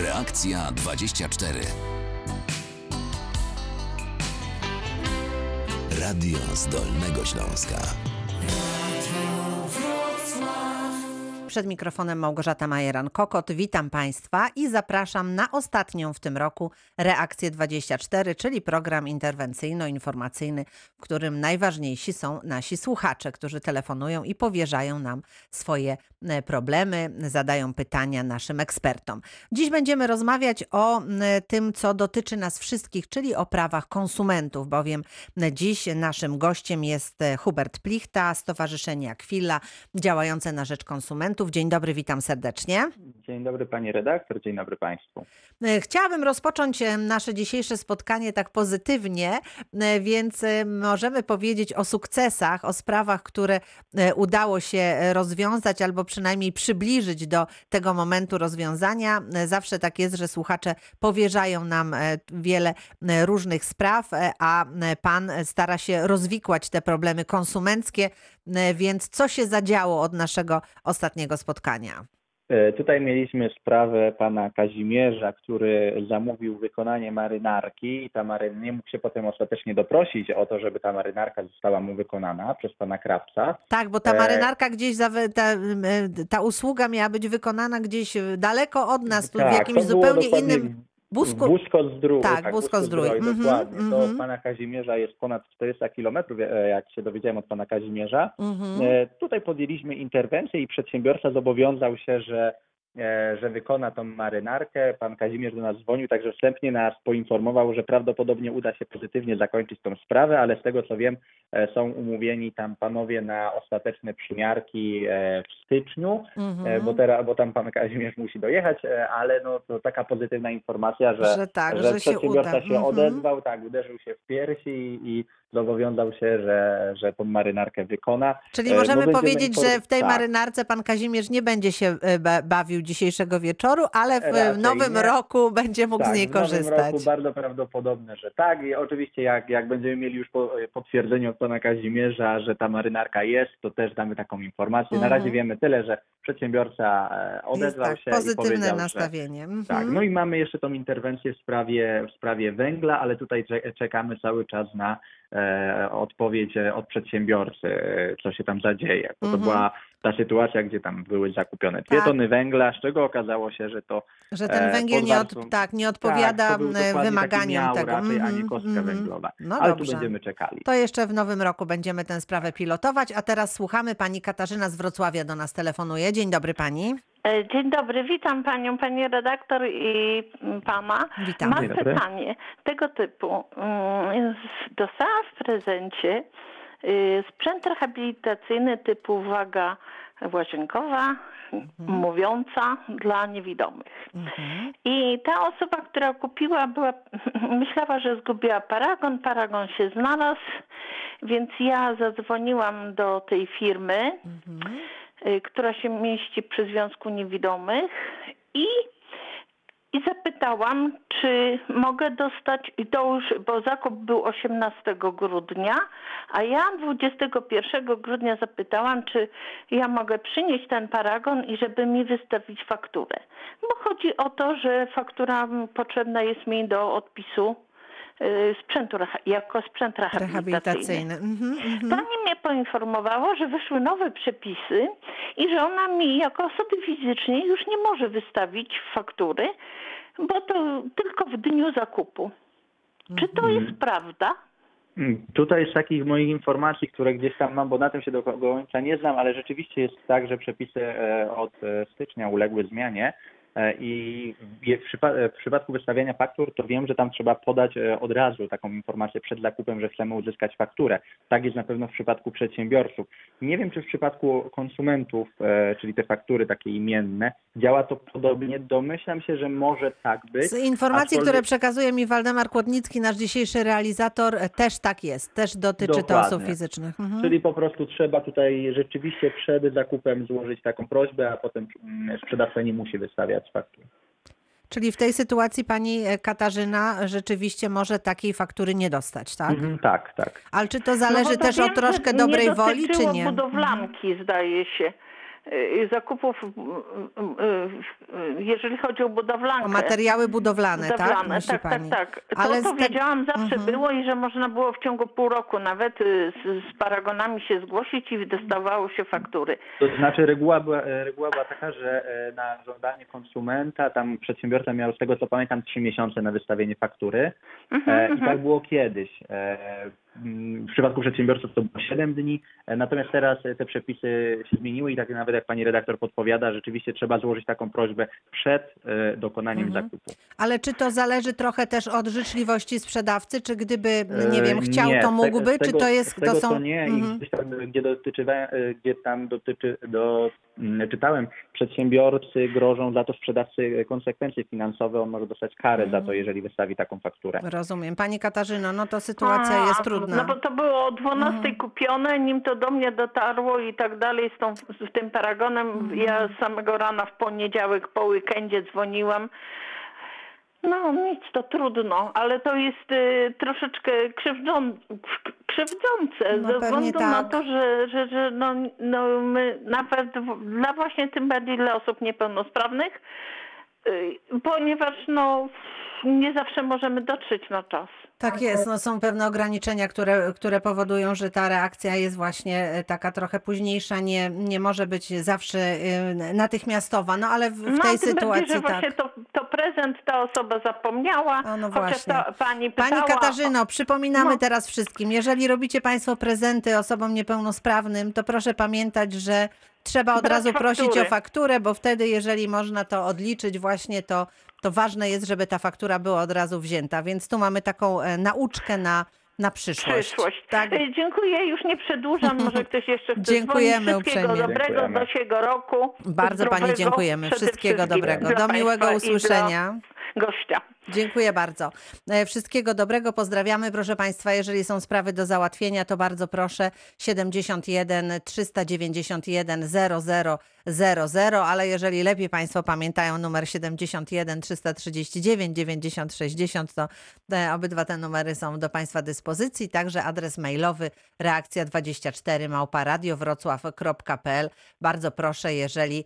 Reakcja 24. Radio z Dolnego Śląska. Przed mikrofonem Małgorzata Majeran-Kokot. Witam Państwa i zapraszam na ostatnią w tym roku Reakcję 24, czyli program interwencyjno-informacyjny, w którym najważniejsi są nasi słuchacze, którzy telefonują i powierzają nam swoje problemy, zadają pytania naszym ekspertom. Dziś będziemy rozmawiać o tym, co dotyczy nas wszystkich, czyli o prawach konsumentów, bowiem dziś naszym gościem jest Hubert Plichta, Stowarzyszenie Aquila, działające na rzecz konsumentów. Dzień dobry, witam serdecznie. Dzień dobry pani redaktor, dzień dobry państwu. Chciałabym rozpocząć nasze dzisiejsze spotkanie tak pozytywnie, więc możemy powiedzieć o sukcesach, o sprawach, które udało się rozwiązać albo przynajmniej przybliżyć do tego momentu rozwiązania. Zawsze tak jest, że słuchacze powierzają nam wiele różnych spraw, a pan stara się rozwikłać te problemy konsumenckie, więc co się zadziało od naszego ostatniego spotkania? Tutaj mieliśmy sprawę pana Kazimierza, który zamówił wykonanie marynarki i nie mógł się potem ostatecznie doprosić o to, żeby ta marynarka została mu wykonana przez pana krawca. Tak, bo ta marynarka gdzieś, ta usługa miała być wykonana gdzieś daleko od nas, tu w jakimś zupełnie innym... Busko-Zdrój. Tak, Busko-Zdrój. Dokładnie. Do pana Kazimierza jest ponad 400 kilometrów, jak się dowiedziałem od pana Kazimierza. Tutaj podjęliśmy interwencję i przedsiębiorca zobowiązał się, że wykona tą marynarkę. Pan Kazimierz do nas dzwonił, także wstępnie nas poinformował, że prawdopodobnie uda się pozytywnie zakończyć tą sprawę, ale z tego co wiem, są umówieni tam panowie na ostateczne przymiarki w styczniu, bo tam pan Kazimierz musi dojechać, ale no to taka pozytywna informacja, że przedsiębiorca się odezwał, tak, uderzył się w piersi i zobowiązał się, że tą marynarkę wykona. Czyli możemy powiedzieć, że w tej marynarce pan Kazimierz nie będzie się bawił dzisiejszego wieczoru, ale w nowym roku będzie mógł z niej korzystać. W nowym roku bardzo prawdopodobne, że tak. I oczywiście jak będziemy mieli już potwierdzenie od pana Kazimierza, że ta marynarka jest, to też damy taką informację. Na razie wiemy tyle, że przedsiębiorca odezwał się pozytywne i powiedział, nastawienie. Tak. No i mamy jeszcze tą interwencję w sprawie węgla, ale tutaj czekamy cały czas na odpowiedź od przedsiębiorcy, co się tam zadzieje. Bo to była ta sytuacja, gdzie tam były zakupione 2 tony węgla, z czego okazało się, że ten węgiel nie odpowiada wymaganiom tego. Raczej, a nie kostka węglowa. No ale dobrze. tu będziemy czekali. To jeszcze w nowym roku będziemy tę sprawę pilotować, a teraz słuchamy. Pani Katarzyna z Wrocławia do nas telefonuje. Dzień dobry pani. Dzień dobry, witam panią, pani redaktor i pana. Witam. Mam pytanie tego typu. Dostałam w prezencie sprzęt rehabilitacyjny typu, uwaga, łazienkowa, mówiąca dla niewidomych. I ta osoba, która kupiła, myślała, że zgubiła paragon się znalazł, więc ja zadzwoniłam do tej firmy, która się mieści przy Związku Niewidomych i zapytałam, czy mogę dostać, i to już, bo zakup był 18 grudnia, a ja 21 grudnia zapytałam, czy ja mogę przynieść ten paragon i żeby mi wystawić fakturę. Bo chodzi o to, że faktura potrzebna jest mi do odpisu sprzętu, jako sprzęt rehabilitacyjny. Pani mnie poinformowała, że wyszły nowe przepisy i że ona mi jako osobie fizycznej już nie może wystawić faktury, bo to tylko w dniu zakupu. Czy to jest prawda? Tutaj z takich moich informacji, które gdzieś tam mam, bo na tym się do końca nie znam, ale rzeczywiście jest tak, że przepisy od stycznia uległy zmianie. I w przypadku wystawiania faktur to wiem, że tam trzeba podać od razu taką informację przed zakupem, że chcemy uzyskać fakturę. Tak jest na pewno w przypadku przedsiębiorców. Nie wiem, czy w przypadku konsumentów, czyli te faktury takie imienne, działa to podobnie. Domyślam się, że może tak być. Z informacji, które przekazuje mi Waldemar Kłodnicki, nasz dzisiejszy realizator, też tak jest. Też dotyczy to osób fizycznych. Czyli po prostu trzeba tutaj rzeczywiście przed zakupem złożyć taką prośbę, a potem sprzedawca nie musi wystawiać faktur. Czyli w tej sytuacji pani Katarzyna rzeczywiście może takiej faktury nie dostać, tak? Tak. Ale czy to zależy też od troszkę dobrej woli, czy nie? Budowlanki, zdaje się. zakupów, jeżeli chodzi o budowlankę. O materiały budowlane, tak? Myśli pani? Tak. Ale To wiedziałam zawsze było i że można było w ciągu pół roku nawet z paragonami się zgłosić i dostawało się faktury. To znaczy reguła była taka, że na żądanie konsumenta tam przedsiębiorca miał, z tego co pamiętam, 3 miesiące na wystawienie faktury. I tak było kiedyś. W przypadku przedsiębiorców to było 7 dni, natomiast teraz te przepisy się zmieniły i tak nawet jak pani redaktor podpowiada, rzeczywiście trzeba złożyć taką prośbę przed dokonaniem zakupu. Ale czy to zależy trochę też od życzliwości sprzedawcy, czy gdyby, nie wiem, chciał, to mógłby, czy to jest... To nie, i gdzieś tam, czytałem, przedsiębiorcy grożą za to sprzedawcy konsekwencje finansowe, on może dostać karę za to, jeżeli wystawi taką fakturę. Rozumiem. Pani Katarzyno, no to sytuacja jest trudna. No bo to było o 12 kupione, nim to do mnie dotarło i tak dalej z tym paragonem. Ja z samego rana w poniedziałek po weekendzie dzwoniłam. Nic, to trudno, ale to jest troszeczkę krzywdzące ze względu na to, że my nawet dla właśnie tym bardziej dla osób niepełnosprawnych, ponieważ nie zawsze możemy dotrzeć na czas. Tak jest, są pewne ograniczenia, które powodują, że ta reakcja jest właśnie taka trochę późniejsza, nie może być zawsze natychmiastowa, ale w tej sytuacji bardziej, że właśnie to prezent ta osoba zapomniała, chociaż ta pani pytała. Pani Katarzyno, przypominamy teraz wszystkim, jeżeli robicie Państwo prezenty osobom niepełnosprawnym, to proszę pamiętać, że trzeba od razu prosić o fakturę, bo wtedy, jeżeli można to odliczyć właśnie, to ważne jest, żeby ta faktura była od razu wzięta. Więc tu mamy taką nauczkę na przyszłość. Tak. Dziękuję, już nie przedłużam. Może ktoś jeszcze chce Dziękujemy dzwonić. Wszystkiego uprzejmie. dobrego do siego roku. Bardzo Pani dziękujemy. Wszystkiego dobrego. Do miłego usłyszenia. Gościa. Dziękuję bardzo. Wszystkiego dobrego, pozdrawiamy. Proszę Państwa, jeżeli są sprawy do załatwienia, to bardzo proszę 71 391 0000, ale jeżeli lepiej Państwo pamiętają numer 71 339 90 60, to obydwa te numery są do Państwa dyspozycji, także adres mailowy reakcja24@radiowrocław.pl. Bardzo proszę, jeżeli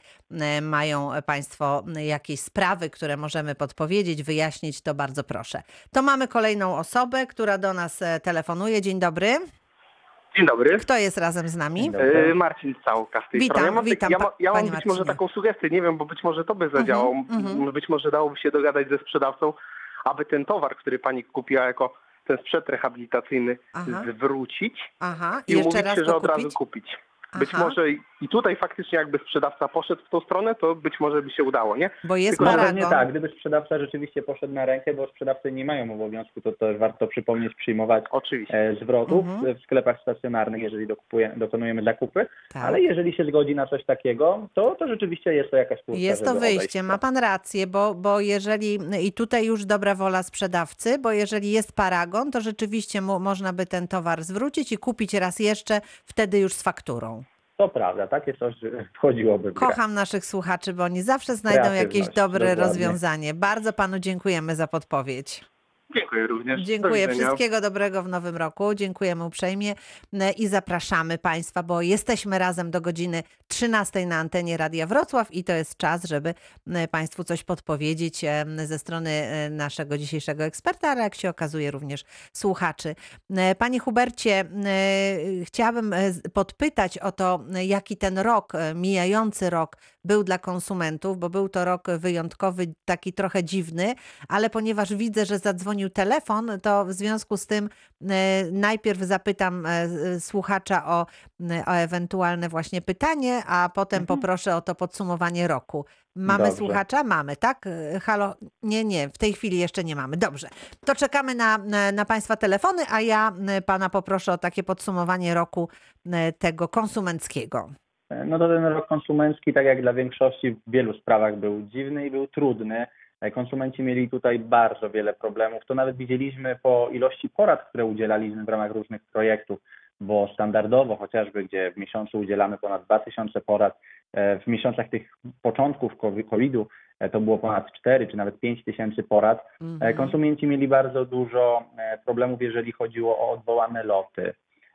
mają Państwo jakieś sprawy, które możemy podpowiedzieć, wyjaśnić, to bardzo proszę. To mamy kolejną osobę, która do nas telefonuje. Dzień dobry. Dzień dobry. Kto jest razem z nami? Marcin Całka z tej Witam, strony. witam. Ja mam być może taką sugestię, nie wiem, bo być może to by zadziałało. Być może dałoby się dogadać ze sprzedawcą, aby ten towar, który pani kupiła jako ten sprzęt rehabilitacyjny, zwrócić i umówić się, że od razu kupić. Być może i tutaj faktycznie jakby sprzedawca poszedł w tą stronę, to być może by się udało, nie? Bo jest Tylko paragon. nie tak, gdyby sprzedawca rzeczywiście poszedł na rękę, bo sprzedawcy nie mają obowiązku, to też warto przypomnieć, przyjmować zwrotów w sklepach stacjonarnych, jeżeli dokonujemy zakupy, ale jeżeli się zgodzi na coś takiego, to rzeczywiście jest to jakaś furtka. Jest to wyjście, ma Pan rację, bo jeżeli, i tutaj już dobra wola sprzedawcy, bo jeżeli jest paragon, to rzeczywiście można by ten towar zwrócić i kupić raz jeszcze, wtedy już z fakturą. To prawda, takie coś wchodziłoby w grę. Kocham naszych słuchaczy, bo oni zawsze znajdą jakieś dobre rozwiązanie. Bardzo Panu dziękujemy za podpowiedź. Dziękuję również. Dziękuję. Wszystkiego dobrego w nowym roku. Dziękujemy uprzejmie i zapraszamy Państwa, bo jesteśmy razem do godziny 13 na antenie Radia Wrocław i to jest czas, żeby Państwu coś podpowiedzieć ze strony naszego dzisiejszego eksperta, ale jak się okazuje również słuchaczy. Panie Hubercie, chciałabym podpytać o to, jaki ten rok, mijający rok był dla konsumentów, bo był to rok wyjątkowy, taki trochę dziwny, ale ponieważ widzę, że zadzwonił telefon, to w związku z tym najpierw zapytam słuchacza o ewentualne właśnie pytanie, a potem poproszę o to podsumowanie roku. Mamy słuchacza? Mamy, tak? Halo? Nie, w tej chwili jeszcze nie mamy. Dobrze. To czekamy na Państwa telefony, a ja Pana poproszę o takie podsumowanie roku tego konsumenckiego. No to ten rok konsumencki, tak jak dla większości, w wielu sprawach był dziwny i był trudny. Konsumenci mieli tutaj bardzo wiele problemów. To nawet widzieliśmy po ilości porad, które udzielaliśmy w ramach różnych projektów, bo standardowo chociażby, gdzie w miesiącu udzielamy ponad 2000 porad, w miesiącach tych początków COVID-u to było ponad 4 czy nawet 5000 porad. Konsumenci mieli bardzo dużo problemów, jeżeli chodziło o odwołane loty.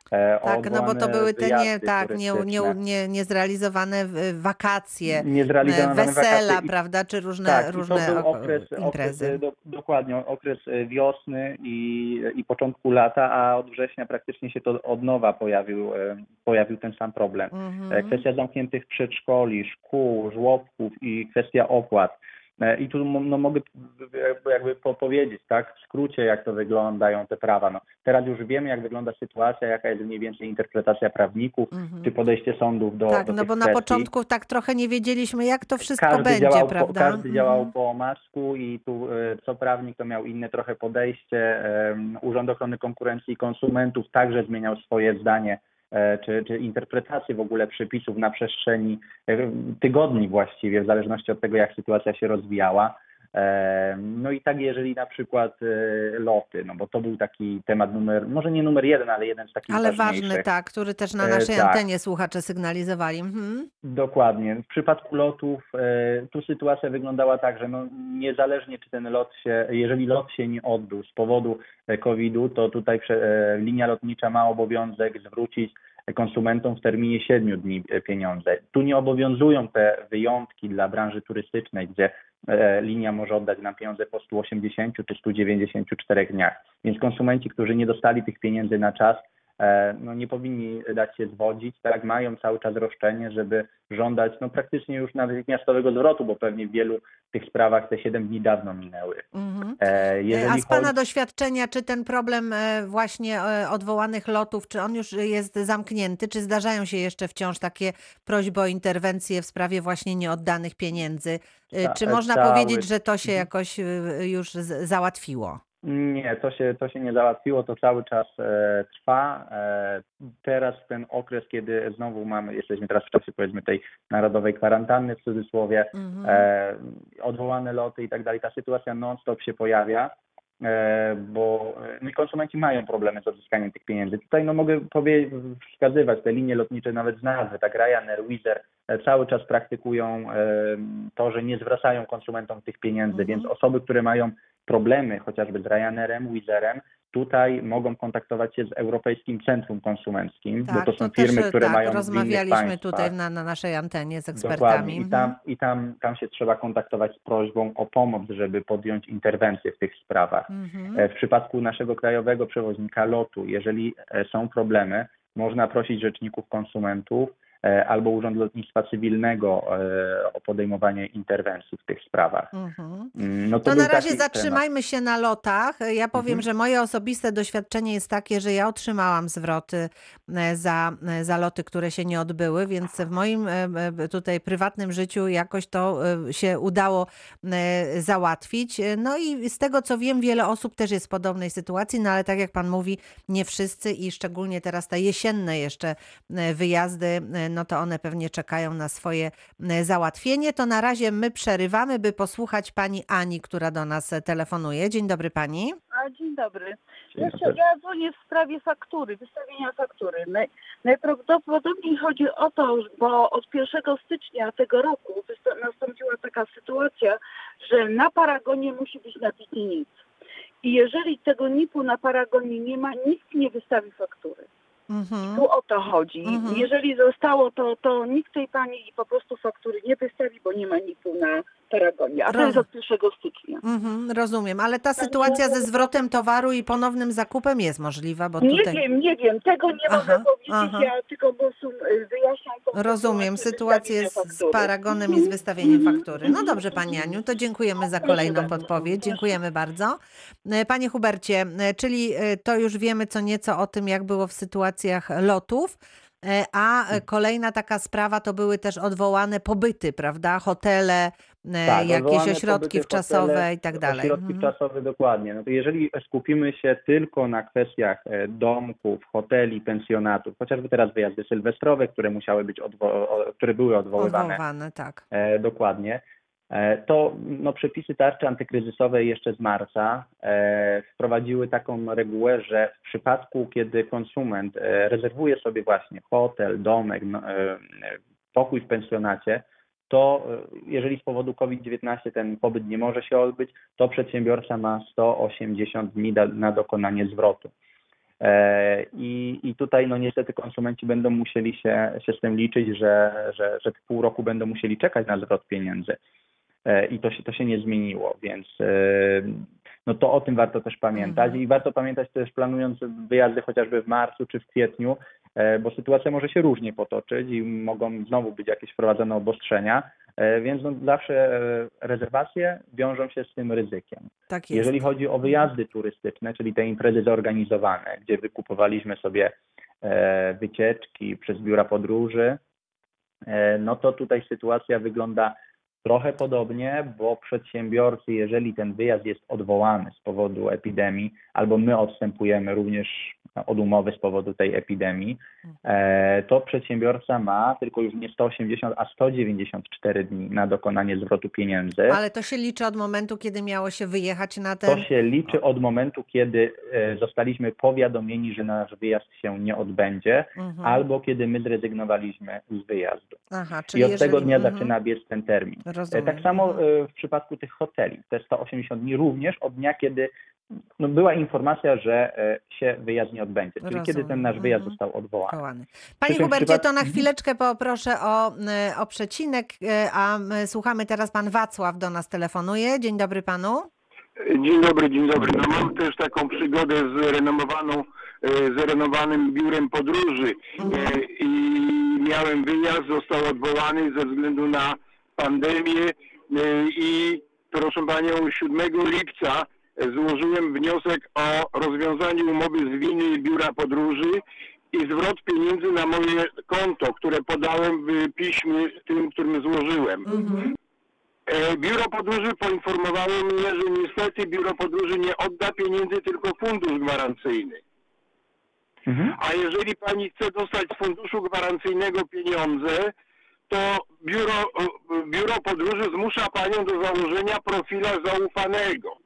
Tak, no bo to były te niezrealizowane wakacje, wesela, prawda, czy różne imprezy. Dokładnie, okres wiosny i początku lata, a od września praktycznie się to od nowa pojawił ten sam problem. Kwestia zamkniętych przedszkoli, szkół, żłobków i kwestia opłat. I tu mogę jakby powiedzieć, tak, w skrócie, jak to wyglądają te prawa. No, teraz już wiemy, jak wygląda sytuacja, jaka jest mniej więcej interpretacja prawników, czy podejście sądów do Tak, do no tych bo kwestii. na początku tak trochę nie wiedzieliśmy, jak to wszystko będzie, prawda? Każdy działał po omacku i tu co prawnik to miał inne trochę podejście. Urząd Ochrony Konkurencji i Konsumentów także zmieniał swoje zdanie, czy interpretację w ogóle przepisów na przestrzeni tygodni właściwie, w zależności od tego, jak sytuacja się rozwijała. No i tak, jeżeli na przykład loty, no bo to był taki temat może nie numer jeden, ale jeden z takich ważniejszych. Ważny, tak, który też na naszej antenie słuchacze sygnalizowali. Dokładnie. W przypadku lotów tu sytuacja wyglądała tak, że no, niezależnie czy ten jeżeli lot się nie odbył z powodu COVID-u, to tutaj linia lotnicza ma obowiązek zwrócić konsumentom w terminie 7 dni pieniądze. Tu nie obowiązują te wyjątki dla branży turystycznej, gdzie linia może oddać nam pieniądze po 180 czy 194 dniach. Więc konsumenci, którzy nie dostali tych pieniędzy na czas, no nie powinni dać się zwodzić, tak, mają cały czas roszczenie, żeby żądać no praktycznie już natychmiastowego zwrotu, bo pewnie w wielu tych sprawach te 7 dni dawno minęły. A z Pana doświadczenia, czy ten problem właśnie odwołanych lotów, czy on już jest zamknięty, czy zdarzają się jeszcze wciąż takie prośby o interwencję w sprawie właśnie nieoddanych pieniędzy? Czy można powiedzieć, że to się jakoś już załatwiło? Nie, to się nie załatwiło, to cały czas trwa. Teraz ten okres, kiedy znowu jesteśmy teraz w czasie powiedzmy tej narodowej kwarantanny w cudzysłowie, odwołane loty i tak dalej, ta sytuacja non-stop się pojawia, bo konsumenci mają problemy z odzyskaniem tych pieniędzy. Tutaj mogę wskazywać te linie lotnicze nawet z nazwy, tak, Ryanair, Wizz Air, cały czas praktykują to, że nie zwracają konsumentom tych pieniędzy, więc osoby, które mają problemy chociażby z Ryanairem, Wizz Airem, tutaj mogą kontaktować się z Europejskim Centrum Konsumenckim, tak, bo to są firmy, które mają rozmawialiśmy tutaj na naszej antenie z ekspertami. Dokładnie. I tam się trzeba kontaktować z prośbą o pomoc, żeby podjąć interwencję w tych sprawach. W przypadku naszego krajowego przewoźnika LOT-u, jeżeli są problemy, można prosić rzeczników konsumentów albo Urząd Lotnictwa Cywilnego o podejmowanie interwencji w tych sprawach. No to na razie zatrzymajmy się na lotach. Ja powiem, że moje osobiste doświadczenie jest takie, że ja otrzymałam zwroty za loty, które się nie odbyły, więc w moim tutaj prywatnym życiu jakoś to się udało załatwić. No i z tego, co wiem, wiele osób też jest w podobnej sytuacji, no ale tak jak Pan mówi, nie wszyscy i szczególnie teraz te jesienne jeszcze wyjazdy, no to one pewnie czekają na swoje załatwienie. To na razie my przerywamy, by posłuchać pani Ani, która do nas telefonuje. Dzień dobry pani. Dzień dobry. Ja dzwonię w sprawie faktury, wystawienia faktury. Najprawdopodobniej chodzi o to, bo od 1 stycznia tego roku nastąpiła taka sytuacja, że na paragonie musi być napisy NIP. I jeżeli tego NIP-u na paragonie nie ma, nikt nie wystawi faktury. Tu o to chodzi. Jeżeli zostało, to nikt tej pani po prostu faktury nie wystawi, bo nie ma NIP-u na paragonie. A to jest od 1 stycznia. Rozumiem, ale ta sytuacja ze zwrotem towaru i ponownym zakupem jest możliwa, bo tutaj... Nie wiem. Tego nie mogę powiedzieć. Ja tylko po prostu wyjaśniam. Rozumiem sytuację z paragonem i z wystawieniem faktury. No dobrze pani Aniu, to dziękujemy za kolejną podpowiedź. Dziękujemy bardzo. Panie Hubercie, czyli to już wiemy co nieco o tym, jak było w sytuacjach lotów. A kolejna taka sprawa to były też odwołane pobyty, prawda? Hotele, jakieś ośrodki wczasowe i tak dalej. Ośrodki wczasowe, dokładnie. No to jeżeli skupimy się tylko na kwestiach domków, hoteli, pensjonatów, chociażby teraz wyjazdy sylwestrowe, które musiały być które były odwoływane. Tak. Dokładnie. To przepisy tarczy antykryzysowej jeszcze z marca wprowadziły taką regułę, że w przypadku, kiedy konsument rezerwuje sobie właśnie hotel, domek, pokój w pensjonacie, to jeżeli z powodu COVID-19 ten pobyt nie może się odbyć, to przedsiębiorca ma 180 dni na dokonanie zwrotu. I tutaj no niestety konsumenci będą musieli się z tym liczyć, że pół roku będą musieli czekać na zwrot pieniędzy. I to się nie zmieniło, więc no to o tym warto też pamiętać i warto pamiętać też planując wyjazdy chociażby w marcu czy w kwietniu, bo sytuacja może się różnie potoczyć i mogą znowu być jakieś wprowadzone obostrzenia, więc no zawsze rezerwacje wiążą się z tym ryzykiem. Tak jest. Jeżeli chodzi o wyjazdy turystyczne, czyli te imprezy zorganizowane, gdzie wykupowaliśmy sobie wycieczki przez biura podróży, no to tutaj sytuacja wygląda trochę podobnie, bo przedsiębiorcy, jeżeli ten wyjazd jest odwołany z powodu epidemii, albo my odstępujemy również od umowy z powodu tej epidemii, to przedsiębiorca ma tylko już nie 180, a 194 dni na dokonanie zwrotu pieniędzy. Ale to się liczy od momentu, kiedy miało się wyjechać na ten... To się liczy od momentu, kiedy zostaliśmy powiadomieni, że nasz wyjazd się nie odbędzie, albo kiedy my zrezygnowaliśmy z wyjazdu. Aha, czyli i od tego dnia zaczyna biec ten termin. Rozumiem. Tak samo w przypadku tych hoteli, te 180 dni również od dnia, kiedy no, była informacja, że się wyjazd nie odbędzie, czyli kiedy ten nasz wyjazd został odwołany. Panie Hubercie, to na chwileczkę poproszę o przecinek, a słuchamy teraz, pan Wacław do nas telefonuje. Dzień dobry panu. Dzień dobry, dzień dobry. No mam też taką przygodę z renowanym biurem podróży i miałem wyjazd, został odwołany ze względu na pandemię i proszę panią 7 lipca złożyłem wniosek o rozwiązanie umowy z winy biura podróży i zwrot pieniędzy na moje konto, które podałem w piśmie tym, którym złożyłem. Biuro podróży poinformowało mnie, że niestety biuro podróży nie odda pieniędzy, tylko fundusz gwarancyjny. A jeżeli pani chce dostać z funduszu gwarancyjnego pieniądze, to biuro podróży zmusza panią do założenia profila zaufanego.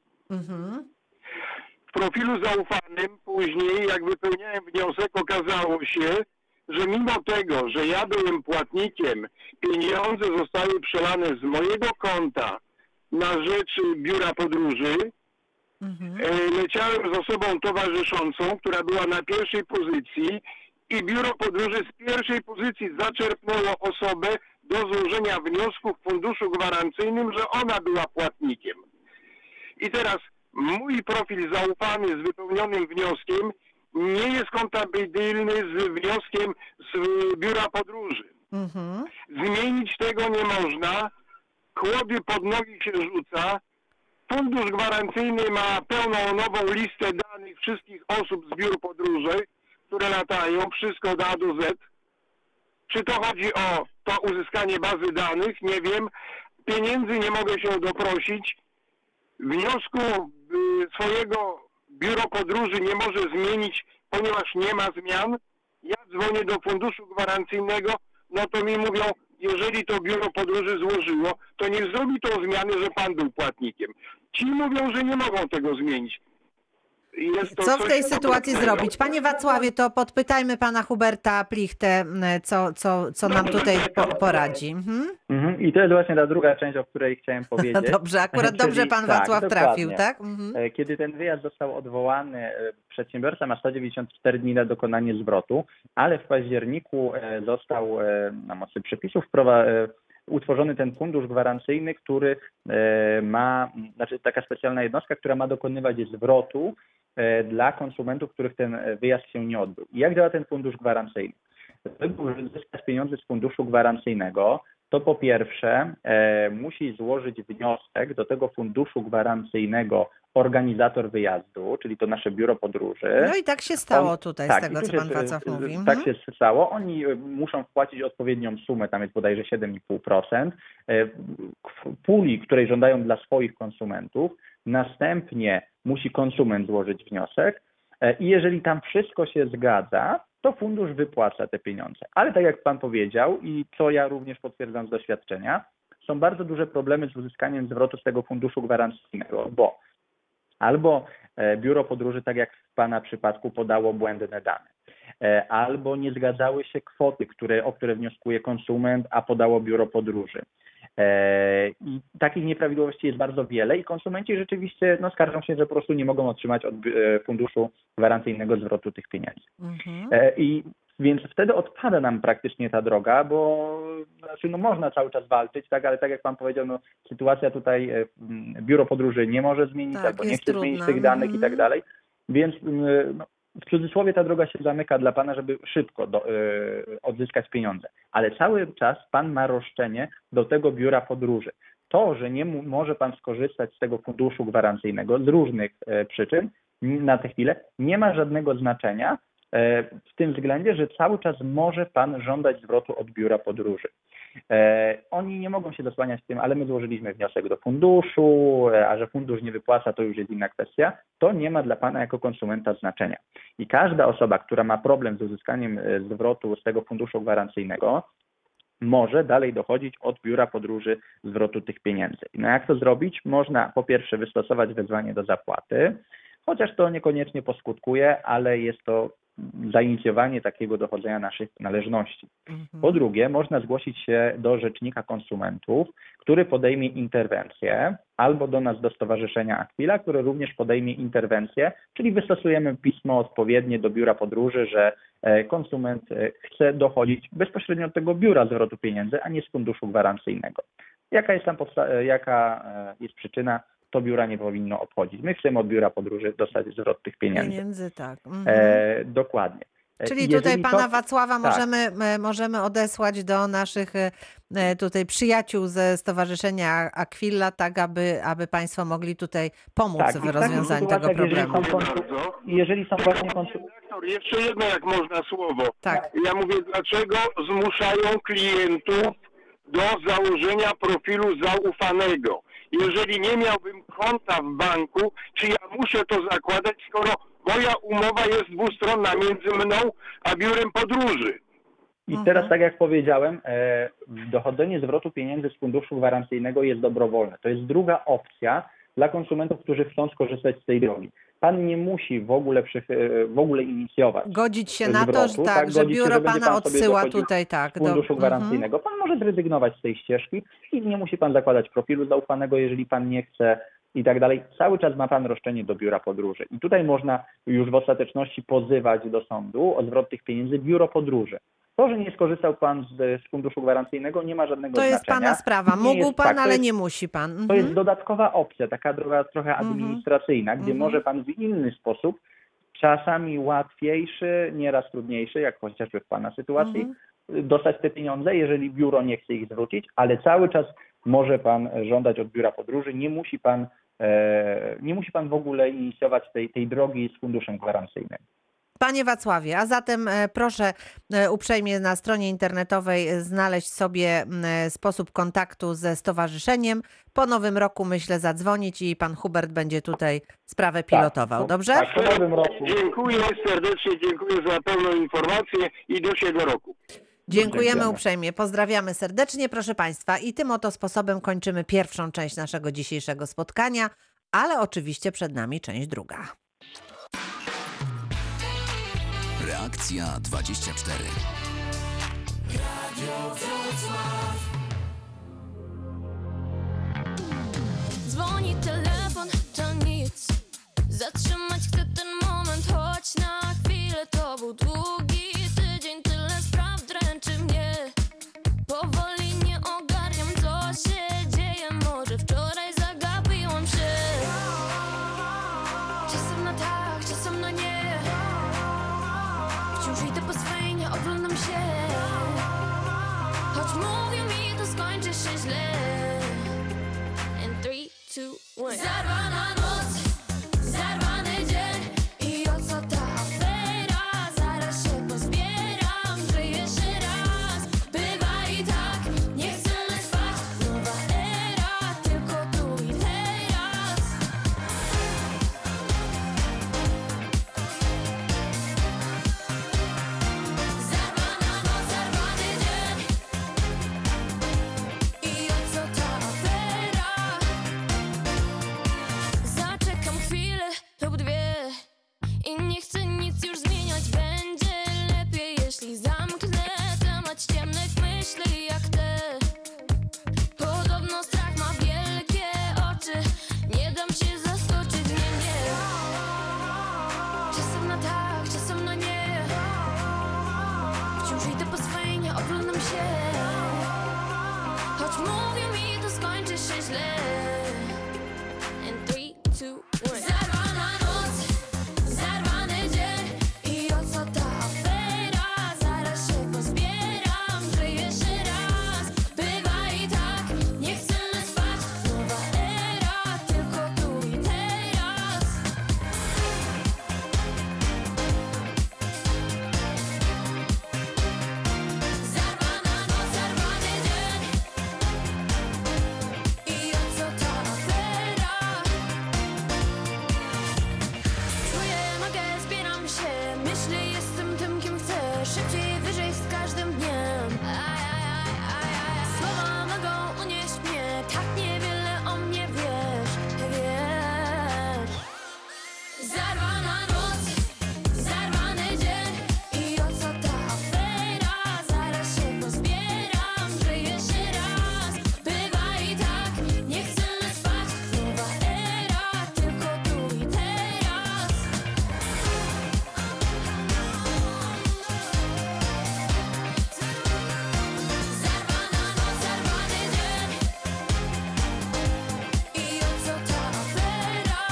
W profilu zaufanym później, jak wypełniałem wniosek, okazało się, że mimo tego, że ja byłem płatnikiem, pieniądze zostały przelane z mojego konta na rzecz biura podróży. Leciałem z osobą towarzyszącą, która była na pierwszej pozycji i biuro podróży z pierwszej pozycji zaczerpnęło osobę do złożenia wniosku w funduszu gwarancyjnym, że ona była płatnikiem. I teraz mój profil zaufany z wypełnionym wnioskiem nie jest kompatybilny z wnioskiem z biura podróży. Zmienić tego nie można, kłody pod nogi się rzuca. Fundusz gwarancyjny ma pełną nową listę danych wszystkich osób z biur podróży, które latają, wszystko od A do Z. Czy to chodzi o to uzyskanie bazy danych? Nie wiem. Pieniędzy nie mogę się doprosić. Wniosku swojego biuro podróży nie może zmienić, ponieważ nie ma zmian. Ja dzwonię do funduszu gwarancyjnego, no to mi mówią, jeżeli to biuro podróży złożyło, to niech zrobi tą zmianę, że pan był płatnikiem. Ci mówią, że nie mogą tego zmienić. Co w tej sytuacji zrobić? Panie Wacławie, to podpytajmy pana Huberta Plichtę, co nam tutaj poradzi. I to jest właśnie ta druga część, o której chciałem powiedzieć. Dobrze, akurat dobrze pan Wacław trafił, tak? Kiedy ten wyjazd został odwołany, przedsiębiorca ma 194 dni na dokonanie zwrotu, ale w październiku został na mocy przepisów utworzony ten fundusz gwarancyjny, który znaczy taka specjalna jednostka, która ma dokonywać zwrotu dla konsumentów, których ten wyjazd się nie odbył. I jak działa ten fundusz gwarancyjny? Żeby uzyskać pieniądze z funduszu gwarancyjnego, to po pierwsze musi złożyć wniosek do tego funduszu gwarancyjnego organizator wyjazdu, czyli to nasze biuro podróży. No i tak się stało tutaj z tego, co pan Wacław mówi. Tak się stało. Oni muszą wpłacić odpowiednią sumę, tam jest bodajże 7,5%, puli, której żądają dla swoich konsumentów. Następnie musi konsument złożyć wniosek i jeżeli tam wszystko się zgadza, to fundusz wypłaca te pieniądze. Ale tak jak pan powiedział i co ja również potwierdzam z doświadczenia, są bardzo duże problemy z uzyskaniem zwrotu z tego funduszu gwarancyjnego, bo albo biuro podróży, tak jak w pana przypadku, podało błędne dane, albo nie zgadzały się kwoty, o które wnioskuje konsument, a podało biuro podróży. I takich nieprawidłowości jest bardzo wiele i konsumenci rzeczywiście skarżą się, że po prostu nie mogą otrzymać od funduszu gwarancyjnego zwrotu tych pieniędzy. Więc wtedy odpada nam praktycznie ta droga, bo można cały czas walczyć, tak, ale tak jak pan powiedział, sytuacja tutaj, biuro podróży nie może zmienić, albo nie chce zmienić tych danych i tak dalej, więc w cudzysłowie ta droga się zamyka dla pana, żeby szybko odzyskać pieniądze. Ale cały czas pan ma roszczenie do tego biura podróży. To, że nie może pan skorzystać z tego funduszu gwarancyjnego z różnych przyczyn na tę chwilę, nie ma żadnego znaczenia w tym względzie, że cały czas może pan żądać zwrotu od biura podróży. Oni nie mogą się zasłaniać tym, ale my złożyliśmy wniosek do funduszu, a że fundusz nie wypłaca, to już jest inna kwestia. To nie ma dla pana jako konsumenta znaczenia. I każda osoba, która ma problem z uzyskaniem zwrotu z tego funduszu gwarancyjnego, może dalej dochodzić od biura podróży zwrotu tych pieniędzy. Jak to zrobić? Można po pierwsze wystosować wezwanie do zapłaty, chociaż to niekoniecznie poskutkuje, ale jest to zainicjowanie takiego dochodzenia naszych należności. Po drugie, można zgłosić się do rzecznika konsumentów, który podejmie interwencję, albo do nas, do Stowarzyszenia Aquila, które również podejmie interwencję, czyli wystosujemy pismo odpowiednie do biura podróży, że konsument chce dochodzić bezpośrednio od tego biura zwrotu pieniędzy, a nie z funduszu gwarancyjnego. Jaka jest przyczyna? To biura nie powinno obchodzić. My chcemy od biura podróży dostać zwrot tych pieniędzy. Tak. Dokładnie. Czyli tutaj pana Wacława możemy odesłać do naszych tutaj przyjaciół ze Stowarzyszenia Aquila, tak aby państwo mogli tutaj pomóc w rozwiązaniu tego problemu. Jeżeli są właśnie jeszcze jedno, jak można słowo. Tak. Ja mówię, dlaczego zmuszają klientów do założenia profilu zaufanego? Jeżeli nie miałbym konta w banku, czy ja muszę to zakładać, skoro moja umowa jest dwustronna między mną a biurem podróży? I teraz, tak jak powiedziałem, dochodzenie zwrotu pieniędzy z funduszu gwarancyjnego jest dobrowolne. To jest druga opcja dla konsumentów, którzy chcą skorzystać z tej drogi. Pan nie musi w ogóle inicjować. Godzić się zwrotu, na to, że biuro pana odsyła tutaj z funduszu gwarancyjnego. Pan może zrezygnować z tej ścieżki i nie musi pan zakładać profilu zaufanego, jeżeli pan nie chce i tak dalej. Cały czas ma pan roszczenie do biura podróży. I tutaj można już w ostateczności pozywać do sądu o zwrot tych pieniędzy biuro podróży. To, że nie skorzystał pan z funduszu gwarancyjnego, nie ma żadnego znaczenia. To jest pana sprawa. Mógł pan, ale nie musi pan. To jest dodatkowa opcja, taka droga trochę administracyjna, gdzie może pan w inny sposób, czasami łatwiejszy, nieraz trudniejszy, jak chociażby w pana sytuacji, dostać te pieniądze, jeżeli biuro nie chce ich zwrócić, ale cały czas może pan żądać od biura podróży. Nie musi pan w ogóle inicjować tej drogi z funduszem gwarancyjnym. Panie Wacławie, a zatem proszę uprzejmie na stronie internetowej znaleźć sobie sposób kontaktu ze stowarzyszeniem. Po nowym roku, myślę, zadzwonić i pan Hubert będzie tutaj sprawę pilotował. Dobrze? Tak, po nowym roku. Dziękuję serdecznie, dziękuję za pełną informację i do siego roku. Dziękujemy uprzejmie, pozdrawiamy serdecznie, proszę państwa. I tym oto sposobem kończymy pierwszą część naszego dzisiejszego spotkania, ale oczywiście przed nami część druga. Reakcja 24. Radio Wrocław. Dzwoni telefon, to nic. Zatrzymać chcę ten moment, choć na chwilę to był długi tydzień. Tyle spraw dręczy mnie. Powoli nie ogarniam, co się dzieje. Może wczoraj zagapiłam się. Czasem na tak, czasem na nie. Wciąż idę po swojej, nie oglądam się. Choć mówią mi, to skończy się źle. And 3, 2, 1. Zarwana noc, zarwany dzień. I o co ta afera? Zaraz się pozbieram, że jeszcze raz. Bywa i tak, nie chcemy spać. Nowa era, tylko tu i teraz. Zarwana noc, zarwany dzień. I o co ta afera? źle. In 3, 2, 1. Zarwana noc, zarwany dzień. I o co ta afera? Zaraz się pozbieram, że jeszcze raz. Bywa i tak, nie chcemy spać. Nowa era, tylko tu i teraz. Zarwana noc, zarwany dzień. I o co ta afera? Czuję nogę, zbieram się. Myślę, jestem tym, kim chcę. Szybciej, wyżej z każdym dniem. Słowa mogą unieść mnie. Tak niewiele o mnie wiesz. Zarwana noc, zarwany dzień. I o co ta afera? Zaraz się pozbieram, że jeszcze raz. Bywa i tak, nie chcemy spać. Nowa era, tylko tu i teraz. Zarwana noc, zarwany dzień. I o co ta afera?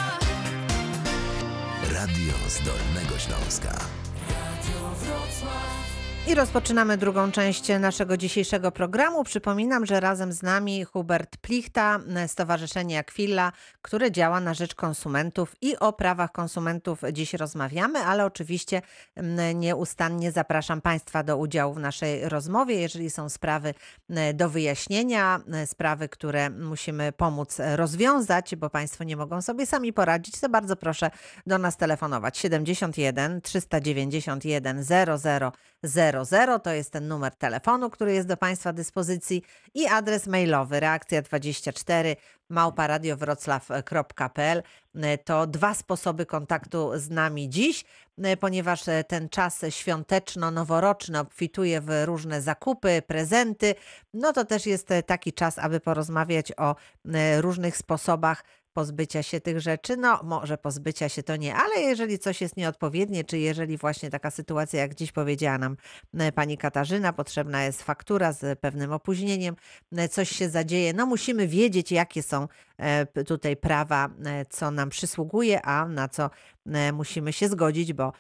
Radio z Dolnego Śląska. Radio Wrocław. I rozpoczynamy drugą część naszego dzisiejszego programu. Przypominam, że razem z nami Hubert Plichta, Stowarzyszenie Aquila, które działa na rzecz konsumentów i o prawach konsumentów dziś rozmawiamy, ale oczywiście nieustannie zapraszam Państwa do udziału w naszej rozmowie. Jeżeli są sprawy do wyjaśnienia, sprawy, które musimy pomóc rozwiązać, bo Państwo nie mogą sobie sami poradzić, to bardzo proszę do nas telefonować. 71 391 0000 to jest ten numer telefonu, który jest do Państwa dyspozycji i adres mailowy reakcja24 @radiowroclaw.pl. To dwa sposoby kontaktu z nami dziś, ponieważ ten czas świąteczno-noworoczny obfituje w różne zakupy, prezenty. No to też jest taki czas, aby porozmawiać o różnych sposobach pozbycia się tych rzeczy. No może pozbycia się to nie, ale jeżeli coś jest nieodpowiednie, czy jeżeli właśnie taka sytuacja, jak dziś powiedziała nam pani Katarzyna, potrzebna jest faktura z pewnym opóźnieniem, coś się zadzieje, no musimy wiedzieć, jakie są tutaj prawa, co nam przysługuje, a na co musimy się zgodzić, bo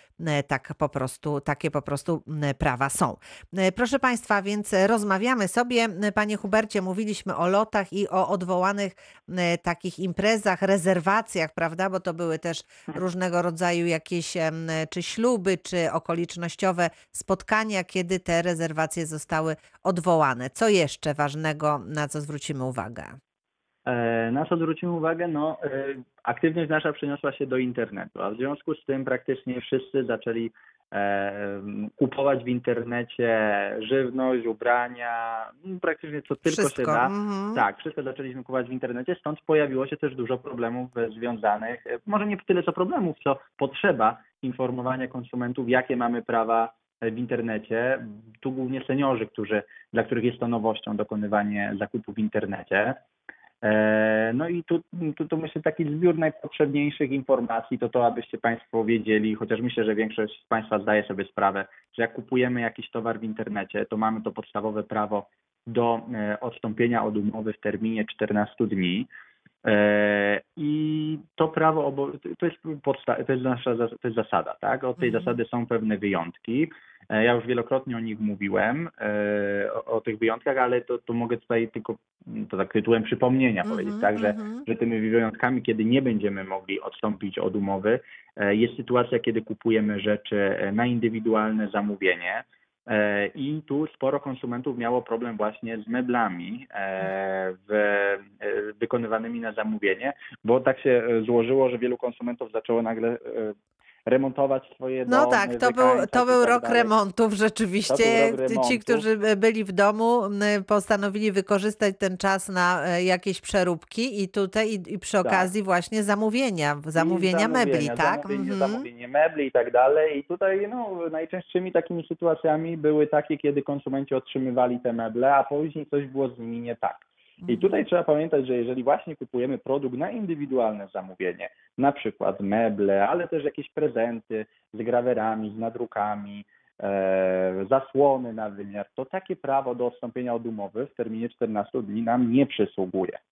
takie po prostu prawa są. Proszę Państwa, więc rozmawiamy sobie. Panie Hubercie, mówiliśmy o lotach i o odwołanych takich imprezach, rezerwacjach, prawda? Bo to były też różnego rodzaju jakieś czy śluby, czy okolicznościowe spotkania, kiedy te rezerwacje zostały odwołane. Co jeszcze ważnego, na co zwrócimy uwagę? Na co zwrócimy uwagę? Aktywność nasza przeniosła się do internetu, a w związku z tym praktycznie wszyscy zaczęli kupować w internecie żywność, ubrania, praktycznie co tylko Wszystko. się da. Tak, wszystko zaczęliśmy kupować w internecie, stąd pojawiło się też dużo problemów związanych, może nie tyle co problemów, co potrzeba informowania konsumentów, jakie mamy prawa w internecie. Tu głównie seniorzy, dla których jest to nowością dokonywanie zakupów w internecie. No i tu myślę, taki zbiór najpotrzebniejszych informacji to abyście Państwo wiedzieli, chociaż myślę, że większość z Państwa zdaje sobie sprawę, że jak kupujemy jakiś towar w internecie, to mamy to podstawowe prawo do odstąpienia od umowy w terminie 14 dni. I to prawo, to jest zasada, tak? Od tej zasady są pewne wyjątki. Ja już wielokrotnie o nich mówiłem, o tych wyjątkach, ale to mogę tutaj tylko tak tytułem przypomnienia powiedzieć, tak, że tymi wyjątkami, kiedy nie będziemy mogli odstąpić od umowy, jest sytuacja, kiedy kupujemy rzeczy na indywidualne zamówienie. I tu sporo konsumentów miało problem właśnie z meblami wykonywanymi na zamówienie, bo tak się złożyło, że wielu konsumentów zaczęło nagle remontować swoje domy. No tak, to był rok remontów rzeczywiście. Ci, którzy byli w domu, postanowili wykorzystać ten czas na jakieś przeróbki i tutaj i przy okazji właśnie zamówienia mebli, tak? Zamówienie mebli i tak dalej. I tutaj najczęstszymi takimi sytuacjami były takie, kiedy konsumenci otrzymywali te meble, a później coś było z nimi nie tak. I tutaj trzeba pamiętać, że jeżeli właśnie kupujemy produkt na indywidualne zamówienie, na przykład meble, ale też jakieś prezenty z grawerami, z nadrukami, zasłony na wymiar, to takie prawo do odstąpienia od umowy w terminie 14 dni nam nie przysługuje.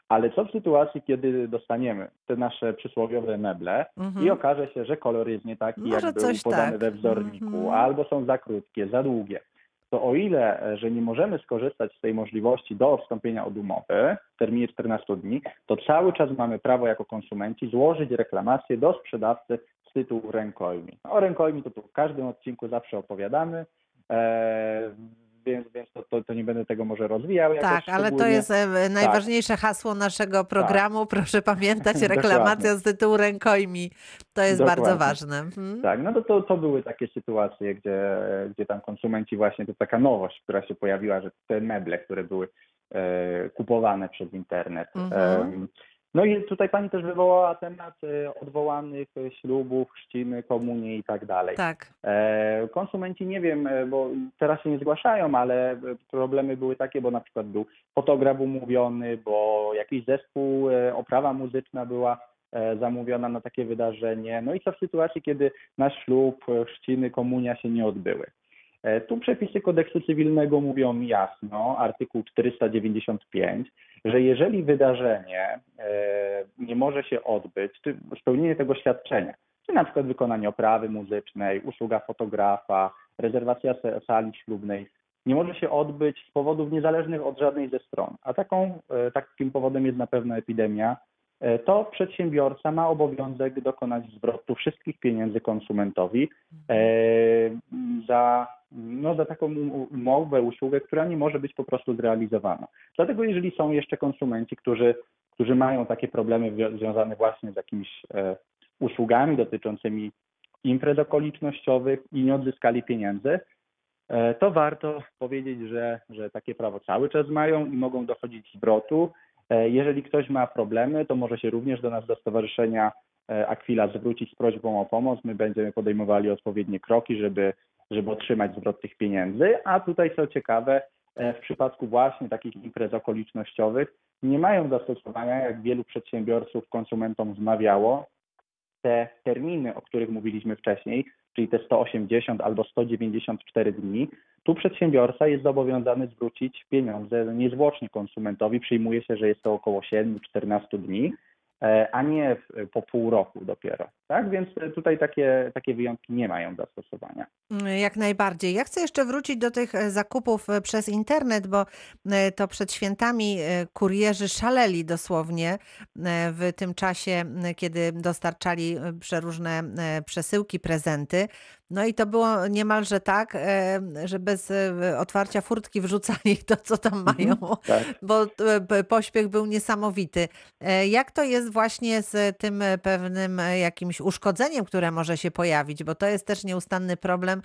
Ale co w sytuacji, kiedy dostaniemy te nasze przysłowiowe meble i okaże się, że kolor jest nie taki, Może jak był coś podany tak. we wzorniku, albo są za krótkie, za długie, to o ile, że nie możemy skorzystać z tej możliwości do odstąpienia od umowy w terminie 14 dni, to cały czas mamy prawo jako konsumenci złożyć reklamację do sprzedawcy z tytułu rękojmi. O rękojmi to tu w każdym odcinku zawsze opowiadamy, więc to nie będę tego może rozwijał jakoś Tak, ale to szczególnie. jest najważniejsze hasło naszego programu. Proszę pamiętać, reklamacja z tytułu rękojmi. To jest bardzo Dokładnie. ważne. Tak, no to były takie sytuacje, gdzie tam konsumenci właśnie, to taka nowość, która się pojawiła, że te meble, które były kupowane przez internet. No i tutaj pani też wywołała temat odwołanych ślubów, chrzciny, komunii i tak dalej. Tak. Konsumenci, nie wiem, bo teraz się nie zgłaszają, ale problemy były takie, bo na przykład był fotograf umówiony, bo jakiś zespół, oprawa muzyczna była zamówiona na takie wydarzenie. No i co w sytuacji, kiedy nasz ślub, chrzciny, komunia się nie odbyły? Tu przepisy kodeksu cywilnego mówią jasno, artykuł 495, że jeżeli wydarzenie nie może się odbyć, czy spełnienie tego świadczenia, czy na przykład wykonanie oprawy muzycznej, usługa fotografa, rezerwacja sali ślubnej, nie może się odbyć z powodów niezależnych od żadnej ze stron, a takim powodem jest na pewno epidemia, to przedsiębiorca ma obowiązek dokonać zwrotu wszystkich pieniędzy konsumentowi za taką umowę, usługę, która nie może być po prostu zrealizowana. Dlatego jeżeli są jeszcze konsumenci, którzy mają takie problemy związane właśnie z jakimiś usługami dotyczącymi imprez okolicznościowych i nie odzyskali pieniędzy, to warto powiedzieć, że takie prawo cały czas mają i mogą dochodzić zwrotu. Jeżeli ktoś ma problemy, to może się również do nas, do Stowarzyszenia Aquila zwrócić z prośbą o pomoc. My będziemy podejmowali odpowiednie kroki, żeby otrzymać zwrot tych pieniędzy. A tutaj co ciekawe, w przypadku właśnie takich imprez okolicznościowych nie mają zastosowania, jak wielu przedsiębiorców konsumentom wmawiało, te terminy, o których mówiliśmy wcześniej, czyli te 180 albo 194 dni, tu przedsiębiorca jest zobowiązany zwrócić pieniądze niezwłocznie konsumentowi. Przyjmuje się, że jest to około 7-14 dni, a nie po pół roku dopiero. Tak? Więc tutaj takie wyjątki nie mają zastosowania. Jak najbardziej. Ja chcę jeszcze wrócić do tych zakupów przez internet, bo to przed świętami kurierzy szaleli dosłownie w tym czasie, kiedy dostarczali przeróżne przesyłki, prezenty. No i to było niemalże tak, że bez otwarcia furtki wrzucali to, co tam mają, bo pośpiech był niesamowity. Jak to jest właśnie z tym pewnym jakimś uszkodzeniem, które może się pojawić, bo to jest też nieustanny problem.